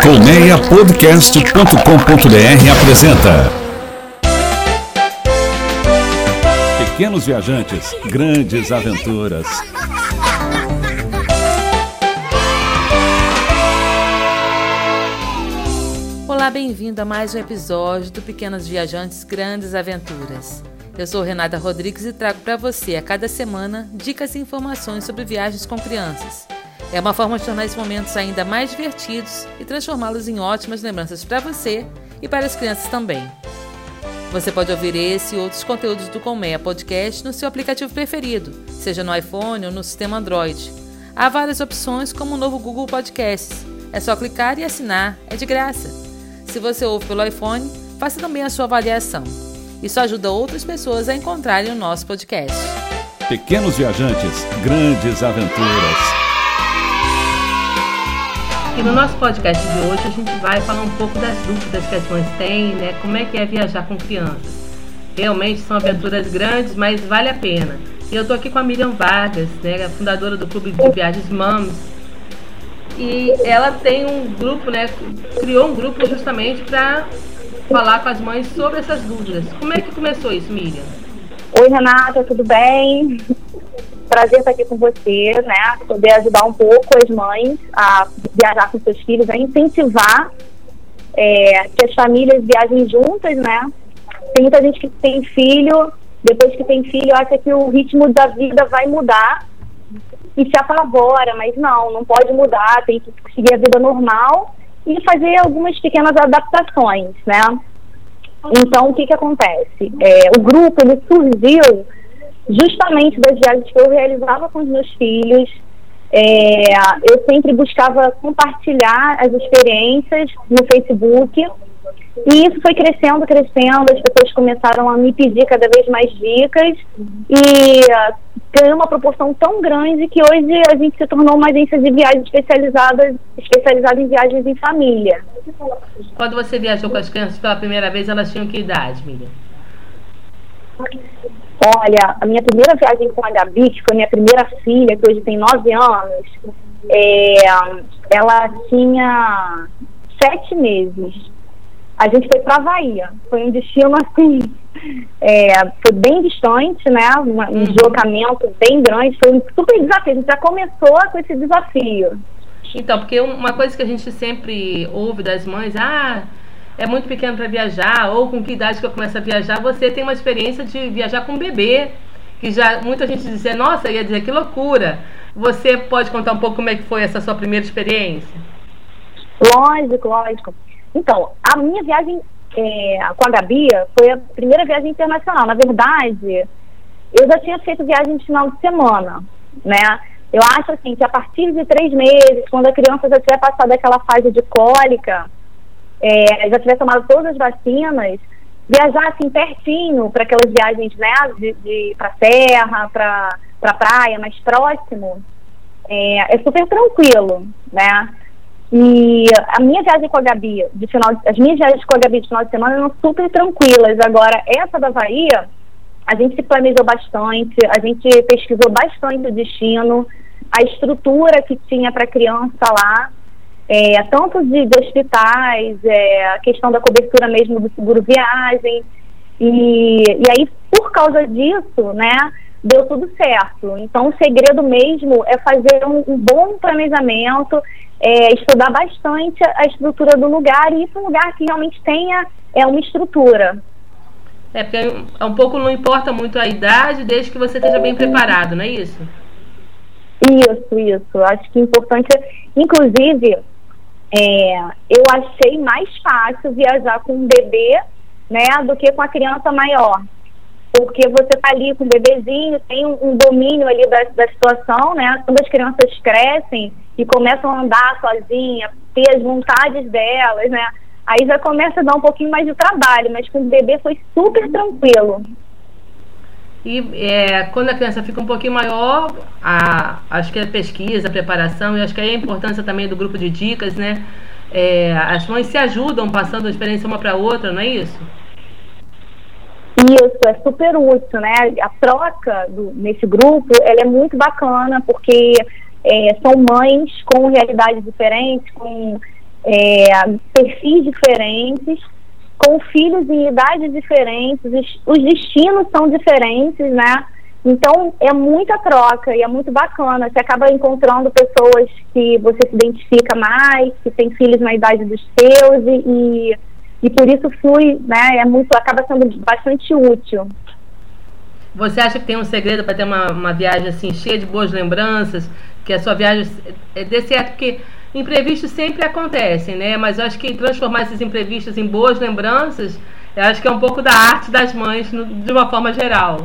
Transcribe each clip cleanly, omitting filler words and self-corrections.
Colmeiapodcast.com.br apresenta Pequenos Viajantes, Grandes Aventuras. Olá, bem-vindo a mais um episódio do Pequenos Viajantes, Grandes Aventuras. Eu sou Renata Rodrigues e trago para você, a cada semana, dicas e informações sobre viagens com crianças. É uma forma de tornar esses momentos ainda mais divertidos e transformá-los em ótimas lembranças para você e para as crianças também. Você pode ouvir esse e outros conteúdos do Colmeia Podcast no seu aplicativo preferido, seja no iPhone ou no sistema Android. Há várias opções, como o novo Google Podcasts. É só clicar e assinar, é de graça. Se você ouve pelo iPhone, faça também a sua avaliação. Isso ajuda outras pessoas a encontrarem o nosso podcast. Pequenos Viajantes, Grandes Aventuras. E no nosso podcast de hoje a gente vai falar um pouco das dúvidas que as mães têm, né? Como é que é viajar com crianças. Realmente são aventuras grandes, mas vale a pena. E eu tô aqui com a Miriam Vargas, né? A fundadora do Clube de Viagens Moms. E ela tem um grupo, né? Criou um grupo justamente para falar com as mães sobre essas dúvidas. Como é que começou isso, Miriam? Oi, Renata, tudo bem? Prazer estar aqui com você, né? Poder ajudar um pouco as mães a viajar com seus filhos, a incentivar que as famílias viajem juntas, né? Tem muita gente que tem filho, depois que tem filho, acha que o ritmo da vida vai mudar e se apavora, mas não pode mudar, tem que seguir a vida normal e fazer algumas pequenas adaptações, né? Então, o que acontece? O grupo, ele surgiu justamente das viagens que eu realizava com os meus filhos. Eu sempre buscava compartilhar as experiências no Facebook e isso foi crescendo, as pessoas começaram a me pedir cada vez mais dicas e ganhou uma proporção tão grande que hoje a gente se tornou uma agência de viagens especializada em viagens em família. Quando você viajou com as crianças pela primeira vez, elas tinham que idade, Miriam? Olha, a minha primeira viagem com a Gabi, que foi minha primeira filha, que hoje tem 9 anos, ela tinha 7 meses. A gente foi para a Bahia. Foi um destino assim, foi bem distante, né? Um deslocamento bem grande, foi um super desafio. A gente já começou com esse desafio. Então, porque uma coisa que a gente sempre ouve das mães, é muito pequeno para viajar, ou com que idade que eu começo a viajar. Você tem uma experiência de viajar com bebê, que já muita gente dizia, nossa, ia dizer que loucura. Você pode contar um pouco como é que foi essa sua primeira experiência? Lógico. Então, a minha viagem com a Gabi foi a primeira viagem internacional. Na verdade, eu já tinha feito viagem de final de semana, né? Eu acho assim que a partir de 3 meses, quando a criança já tiver passado aquela fase de cólica, já tiver tomado todas as vacinas, viajar assim pertinho para aquelas viagens, né, para serra, para praia, mais próximo, é super tranquilo, né? E a minha viagem com a Gabi as minhas viagens com a Gabi de final de semana eram super tranquilas. Agora, essa da Bahia, a gente se planejou bastante, a gente pesquisou bastante o destino, a estrutura que tinha para a criança lá, tanto de hospitais, a questão da cobertura mesmo do seguro viagem, e aí, por causa disso, né, deu tudo certo. Então, o segredo mesmo é fazer um bom planejamento, estudar bastante a estrutura do lugar, e isso é um lugar que realmente tenha uma estrutura. Porque um pouco não importa muito a idade, desde que você esteja bem preparado, não é isso? Isso. Acho que é importante, inclusive, eu achei mais fácil viajar com um bebê, né, do que com a criança maior. Porque você está ali com o bebezinho, tem um domínio ali da situação, né? Quando as crianças crescem e começam a andar sozinhas, ter as vontades delas, né? Aí já começa a dar um pouquinho mais de trabalho, mas com o bebê foi super tranquilo. E quando a criança fica um pouquinho maior, acho que a pesquisa, a preparação, e acho que aí a importância também do grupo de dicas, né? As mães se ajudam passando a experiência uma para outra, não é isso? Isso, é super útil, né? A troca nesse grupo, ela é muito bacana, porque são mães com realidades diferentes, com perfis diferentes, com filhos em idades diferentes, os destinos são diferentes, né? Então, é muita troca e é muito bacana. Você acaba encontrando pessoas que você se identifica mais, que tem filhos na idade dos seus e por isso flui, né? Acaba sendo bastante útil. Você acha que tem um segredo para ter uma viagem assim, cheia de boas lembranças, que a sua viagem dê certo? Porque imprevistos sempre acontecem, né? Mas eu acho que transformar esses imprevistos em boas lembranças, eu acho que é um pouco da arte das mães, de uma forma geral.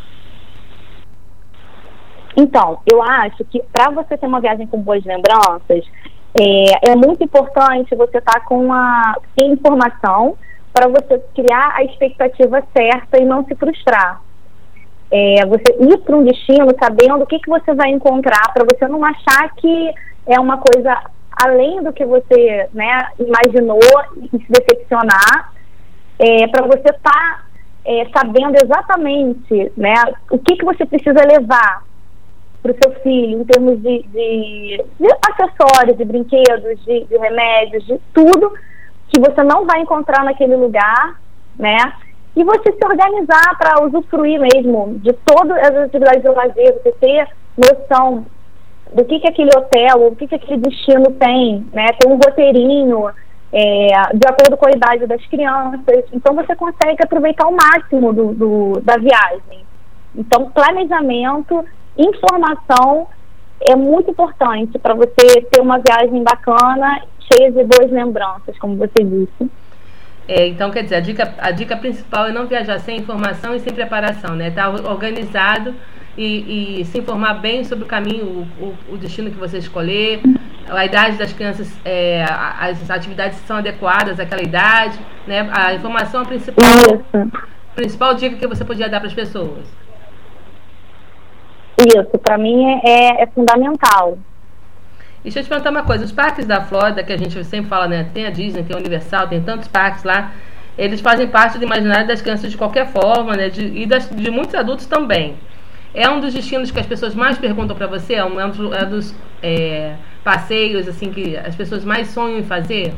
Então, eu acho que para você ter uma viagem com boas lembranças, é muito importante você estar com a informação para você criar a expectativa certa e não se frustrar. Você ir para um destino sabendo o que você vai encontrar, para você não achar que é uma coisa além do que você, né, imaginou e se decepcionar, para você estar sabendo exatamente, né, o que você precisa levar para o seu filho em termos de acessórios, de brinquedos, de remédios, de tudo que você não vai encontrar naquele lugar, né? E você se organizar para usufruir mesmo de todas as atividades de lazer, você ter noção do que aquele hotel, o que aquele destino tem, né? Tem um roteirinho de acordo com a idade das crianças. Então você consegue aproveitar o máximo da viagem. Então, planejamento, informação é muito importante para você ter uma viagem bacana, cheia de boas lembranças, como você disse. Então, quer dizer, a dica principal é não viajar sem informação e sem preparação, né? Estar organizado e se informar bem sobre o caminho, o destino que você escolher, a idade das crianças, as atividades que são adequadas àquela idade, né? A informação principal dica que você podia dar para as pessoas. Isso, para mim é fundamental. E deixa eu te perguntar uma coisa, os parques da Flórida, que a gente sempre fala, né, tem a Disney, tem a Universal, tem tantos parques lá, eles fazem parte do imaginário das crianças de qualquer forma, né, de muitos adultos também. É um dos destinos que as pessoas mais perguntam para você? É um dos passeios assim, que as pessoas mais sonham em fazer?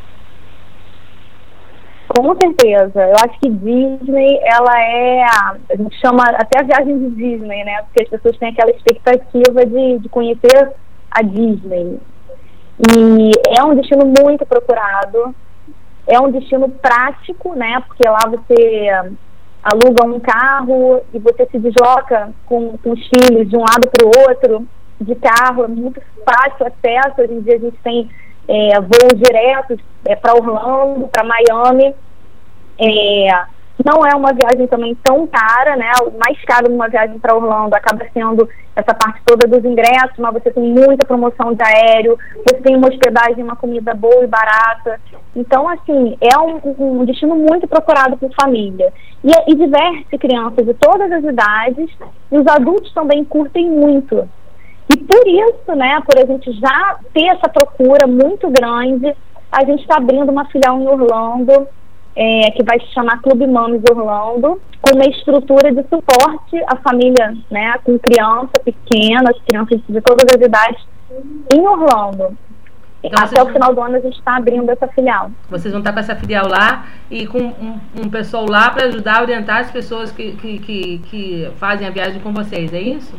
Com certeza. Eu acho que Disney, a gente chama até a viagem de Disney, né? Porque as pessoas têm aquela expectativa de conhecer a Disney. E é um destino muito procurado, é um destino prático, né? Porque lá você aluga um carro e você se desloca com os filhos de um lado para o outro de carro, é muito fácil acesso. Hoje em dia a gente tem voos diretos para Orlando, para Miami. Não é uma viagem também tão cara, né? O mais caro numa viagem para Orlando acaba sendo essa parte toda dos ingressos, mas você tem muita promoção de aéreo, você tem uma hospedagem, uma comida boa e barata. Então, assim, é um destino muito procurado por família. E diverte crianças de todas as idades, e os adultos também curtem muito. E por isso, né, por a gente já ter essa procura muito grande, a gente está abrindo uma filial em Orlando, que vai se chamar Clube Mames Orlando, com uma estrutura de suporte à família, né, com criança pequena, crianças de todas as idades, em Orlando. Então, até o final do ano a gente está abrindo essa filial. Vocês vão estar com essa filial lá e com um pessoal lá para ajudar a orientar as pessoas que fazem a viagem com vocês, é isso?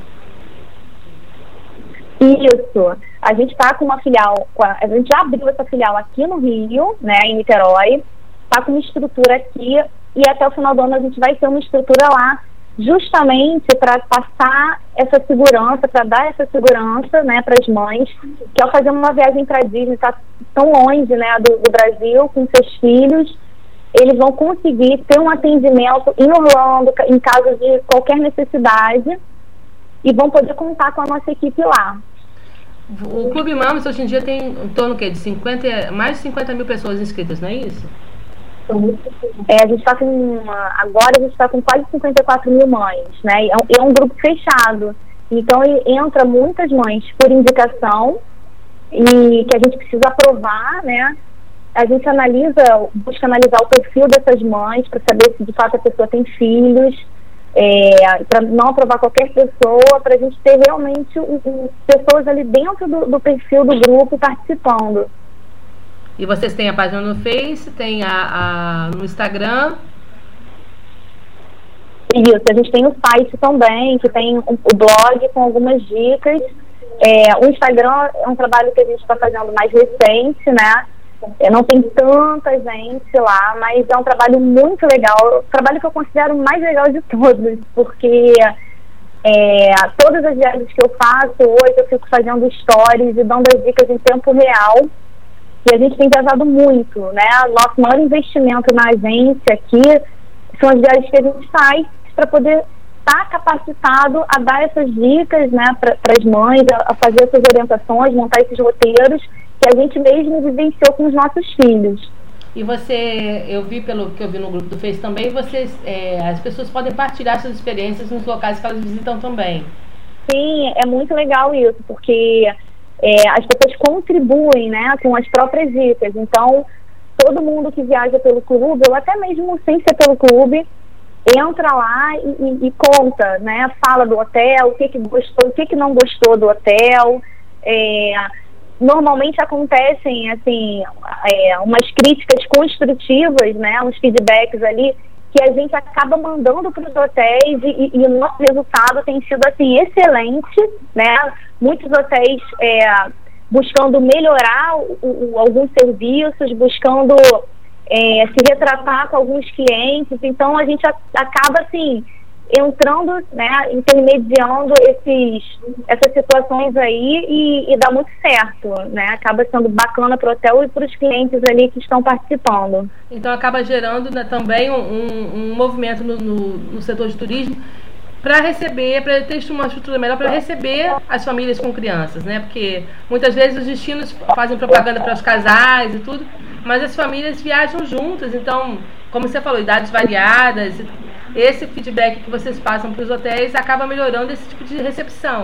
Isso. A gente está com uma filial, a gente já abriu essa filial aqui no Rio, né, em Niterói, está com uma estrutura aqui e até o final do ano a gente vai ter uma estrutura lá justamente para passar essa segurança, para dar essa segurança, né, para as mães que ao fazer uma viagem para Disney, tá tão longe, né, do Brasil, com seus filhos, eles vão conseguir ter um atendimento em Orlando, em caso de qualquer necessidade, e vão poder contar com a nossa equipe lá. O Clube Mames hoje em dia tem em torno de mais de 50 mil pessoas inscritas, não é isso? A gente está agora a gente está com quase 54 mil mães, né? É um grupo fechado, então entra muitas mães por indicação e que a gente precisa aprovar, né? A gente busca analisar o perfil dessas mães para saber se de fato a pessoa tem filhos, para não aprovar qualquer pessoa, para a gente ter realmente pessoas ali dentro do perfil do grupo participando. E vocês têm a página no Face, tem no Instagram. Isso, a gente tem o site também, que tem o blog com algumas dicas. O Instagram é um trabalho que a gente está fazendo mais recente, né? Não tem tanta gente lá, mas é um trabalho muito legal, o trabalho que eu considero o mais legal de todos, porque todas as viagens que eu faço hoje eu fico fazendo stories e dando as dicas em tempo real, e a gente tem viajado muito, né? Nosso maior investimento na agência aqui são as viagens que a gente faz para poder estar capacitado a dar essas dicas, né, para as mães, a fazer essas orientações, montar esses roteiros que a gente mesmo vivenciou com os nossos filhos. E eu vi pelo que eu vi no grupo do Face também, as pessoas podem partilhar suas experiências nos locais que elas visitam também. Sim, é muito legal isso, porque as pessoas contribuem, né, com as próprias dicas. Então, todo mundo que viaja pelo clube, ou até mesmo sem ser pelo clube, entra lá e conta, né, fala do hotel, o que gostou, o que não gostou do hotel. Normalmente acontecem, assim, umas críticas construtivas, né, uns feedbacks ali, que a gente acaba mandando para os hotéis e o nosso resultado tem sido, assim, excelente, né, muitos hotéis buscando melhorar alguns serviços, buscando se retratar com alguns clientes. Então a gente acaba, assim, entrando, né, intermediando essas situações aí e dá muito certo, né? Acaba sendo bacana para o hotel e para os clientes ali que estão participando. Então acaba gerando, né, também um movimento no setor de turismo para ter uma estrutura melhor para receber as famílias com crianças, né? Porque muitas vezes os destinos fazem propaganda para os casais e tudo, mas as famílias viajam juntas. Então, como você falou, idades variadas. Esse feedback que vocês passam para os hotéis acaba melhorando esse tipo de recepção.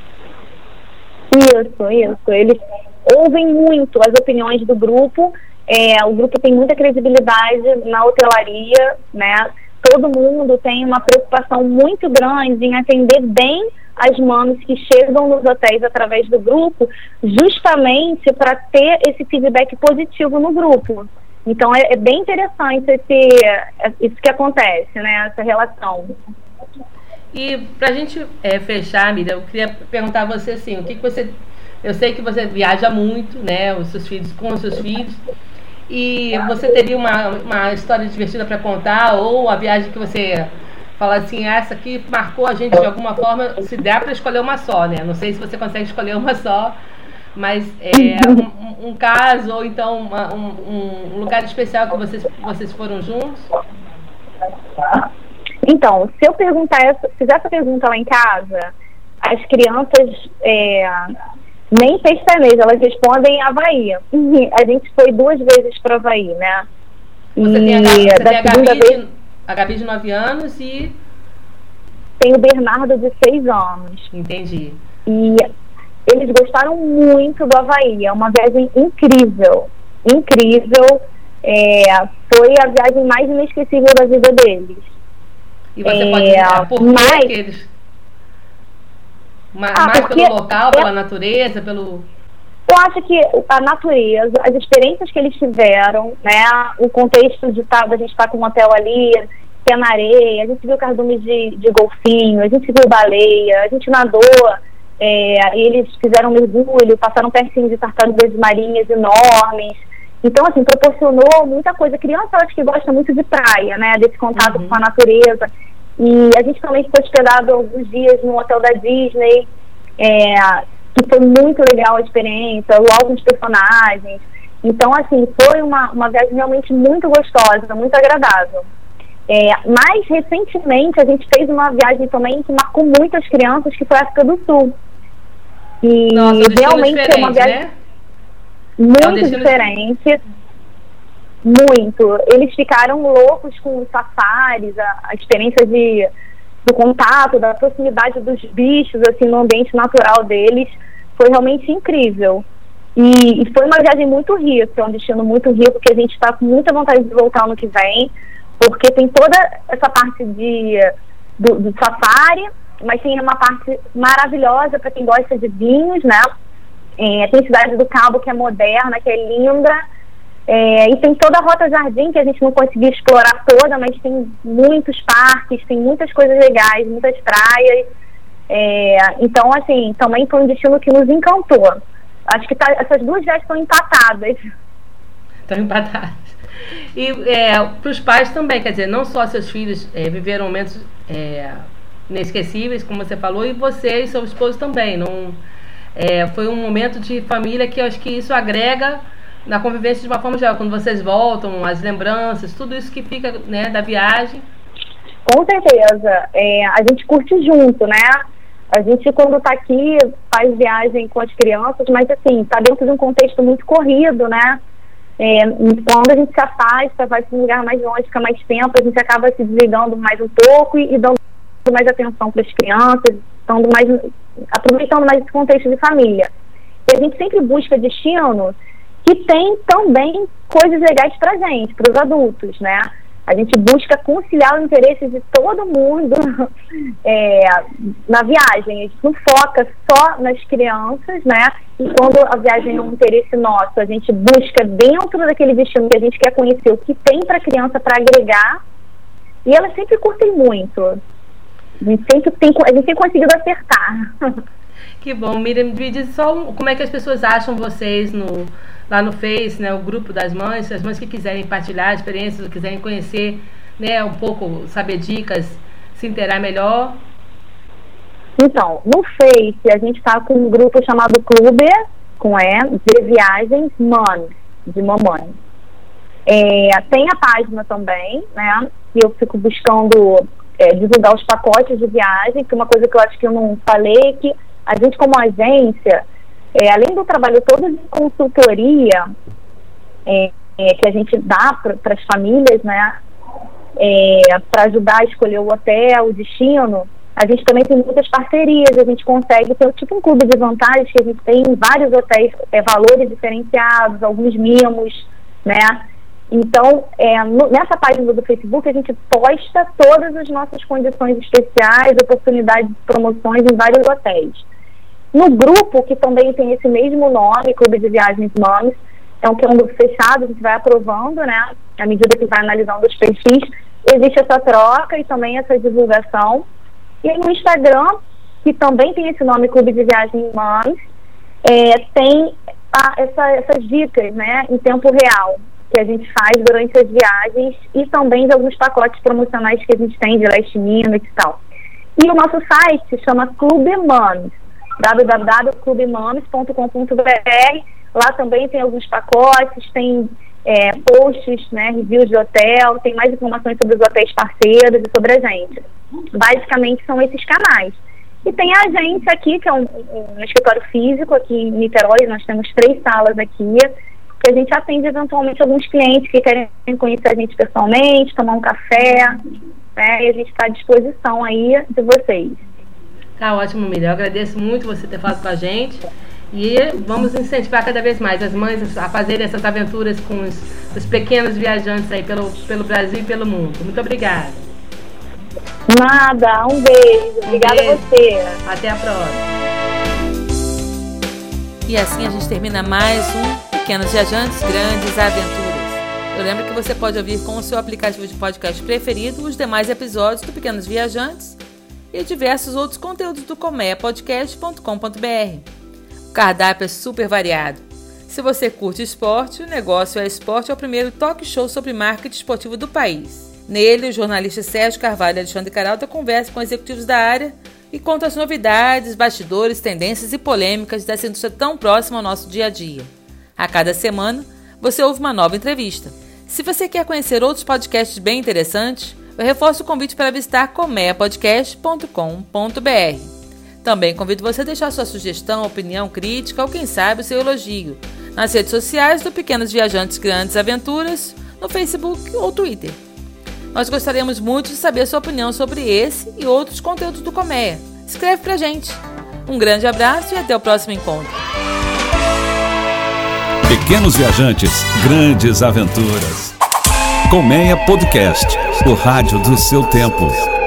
Isso. Eles ouvem muito as opiniões do grupo. O grupo tem muita credibilidade na hotelaria, né? Todo mundo tem uma preocupação muito grande em atender bem as mames que chegam nos hotéis através do grupo, justamente para ter esse feedback positivo no grupo. Então é bem interessante isso que acontece, né, essa relação. E para a gente fechar, Miriam, eu queria perguntar a você assim, eu sei que você viaja muito, né, com os seus filhos, e você teria uma história divertida para contar, ou a viagem que você fala assim, essa aqui marcou a gente de alguma forma, se der para escolher uma só, né? Não sei se você consegue escolher uma só, mas um caso, ou então um lugar especial que vocês foram juntos? Então, se eu fizer essa pergunta lá em casa, as crianças nem pestanejam, elas respondem Havaí. A gente foi 2 vezes para Havaí, né? Você tem a Gabi de 9 anos e... Tem o Bernardo de 6 anos. Entendi. E eles gostaram muito do Havaí. É uma viagem incrível. Incrível. Foi a viagem mais inesquecível da vida deles. E você pode dizer por que eles... Mais pelo local, pela natureza, pelo... Eu acho que a natureza, as experiências que eles tiveram, né, o contexto da gente estar com um hotel ali, pé na areia, a gente viu cardumes de golfinho, a gente viu baleia, a gente nadou, eles fizeram mergulho, passaram pertinho de tartarugas marinhas enormes. Então, assim, proporcionou muita coisa. Criança, eu acho que gosta muito de praia, né, desse contato com a natureza. E a gente também ficou hospedado alguns dias no hotel da Disney, que foi muito legal a experiência, logo os personagens. Então, assim, foi uma viagem realmente muito gostosa, muito agradável. Mais recentemente, a gente fez uma viagem também que marcou muito as crianças, que foi a África do Sul. E realmente foi uma viagem, né? Muito diferente. Muito. Eles ficaram loucos com os safaris, a experiência do contato, da proximidade dos bichos, assim, no ambiente natural deles. Foi realmente incrível. E foi uma viagem muito rica, um destino muito rico, que a gente está com muita vontade de voltar ano que vem, porque tem toda essa parte do safari, mas tem uma parte maravilhosa para quem gosta de vinhos, né? Tem a Cidade do Cabo, que é moderna, que é linda. E tem toda a Rota Jardim, que a gente não conseguiu explorar toda, mas tem muitos parques, tem muitas coisas legais, muitas praias. Então, assim, também foi um destino que nos encantou. Acho que essas duas viagens estão empatadas. Estão empatadas. E para os pais também, quer dizer, não só seus filhos viveram momentos inesquecíveis, como você falou, e você e seu esposo também. Foi um momento de família que eu acho que isso agrega na convivência de uma forma geral. Quando vocês voltam, as lembranças, tudo isso que fica, né, da viagem. Com certeza. A gente curte junto, né? A gente, quando está aqui, faz viagem com as crianças, mas, assim, está dentro de um contexto muito corrido, né? Quando a gente se afasta, vai para um lugar mais longe, fica mais tempo, a gente acaba se desligando mais um pouco e dando mais atenção para as crianças, aproveitando mais esse contexto de família. E a gente sempre busca destino que tem também coisas legais para a gente, para os adultos, né? A gente busca conciliar os interesses de todo mundo na viagem. A gente não foca só nas crianças, né? E quando a viagem é um interesse nosso, a gente busca dentro daquele destino que a gente quer conhecer o que tem para a criança para agregar. E elas sempre curtem muito. A gente tem conseguido acertar. Que bom. Miriam, me diz só como é que as pessoas acham vocês lá no Face, né, o grupo das mães, as mães que quiserem partilhar experiências, quiserem conhecer, né, um pouco, saber dicas, se inteirar melhor. Então, no Face, a gente está com um grupo chamado Clube, de Viagens Mães, de mamãe. Tem a página também, né, que eu fico buscando divulgar os pacotes de viagem, que uma coisa que eu acho que eu não falei é que a gente, como agência, além do trabalho todo de consultoria que a gente dá para as famílias, né, para ajudar a escolher o hotel, o destino, a gente também tem muitas parcerias. A gente consegue ter tipo um clube de vantagens que a gente tem em vários hotéis, valores diferenciados, alguns mimos, né? Então, nessa página do Facebook, a gente posta todas as nossas condições especiais, oportunidades de promoções em vários hotéis. No grupo, que também tem esse mesmo nome, Clube de Viagens Mães, que é um grupo fechado, a gente vai aprovando, né? À medida que vai analisando os perfis, existe essa troca e também essa divulgação. E no Instagram, que também tem esse nome, Clube de Viagens Mães, tem essas dicas, né, em tempo real, que a gente faz durante as viagens e também de alguns pacotes promocionais que a gente tem de last minute e tal. E o nosso site se chama Clube Mames, www.clubemames.com.br. Lá também tem alguns pacotes, tem posts, né, reviews de hotel, tem mais informações sobre os hotéis parceiros e sobre a gente. Basicamente são esses canais. E tem a agência aqui, que é um escritório físico aqui em Niterói. Nós temos 3 salas aqui, que a gente atende eventualmente alguns clientes que querem conhecer a gente pessoalmente, tomar um café, né, e a gente está à disposição aí de vocês. Tá ótimo, Miriam. Eu agradeço muito você ter falado com a gente e vamos incentivar cada vez mais as mães a fazerem essas aventuras com os pequenos viajantes aí pelo Brasil e pelo mundo. Muito obrigada. Nada, um beijo. Obrigada a você. Até a próxima. E assim a gente termina mais um Pequenos Viajantes, Grandes Aventuras. Eu lembro que você pode ouvir com o seu aplicativo de podcast preferido os demais episódios do Pequenos Viajantes e diversos outros conteúdos do colmeiapodcast.com.br. O cardápio é super variado. Se você curte esporte, o Negócio é Esporte é o primeiro talk show sobre marketing esportivo do país. Nele, o jornalista Sérgio Carvalho e Alexandre Caralta conversam com executivos da área e contam as novidades, bastidores, tendências e polêmicas dessa indústria tão próxima ao nosso dia a dia. A cada semana, você ouve uma nova entrevista. Se você quer conhecer outros podcasts bem interessantes, eu reforço o convite para visitar colmeiapodcast.com.br. Também convido você a deixar sua sugestão, opinião, crítica ou quem sabe o seu elogio nas redes sociais do Pequenos Viajantes Grandes Aventuras, no Facebook ou Twitter. Nós gostaríamos muito de saber a sua opinião sobre esse e outros conteúdos do Colmeia. Escreve pra gente. Um grande abraço e até o próximo encontro. Pequenos Viajantes, Grandes Aventuras. Colmeia Podcast, o rádio do seu tempo.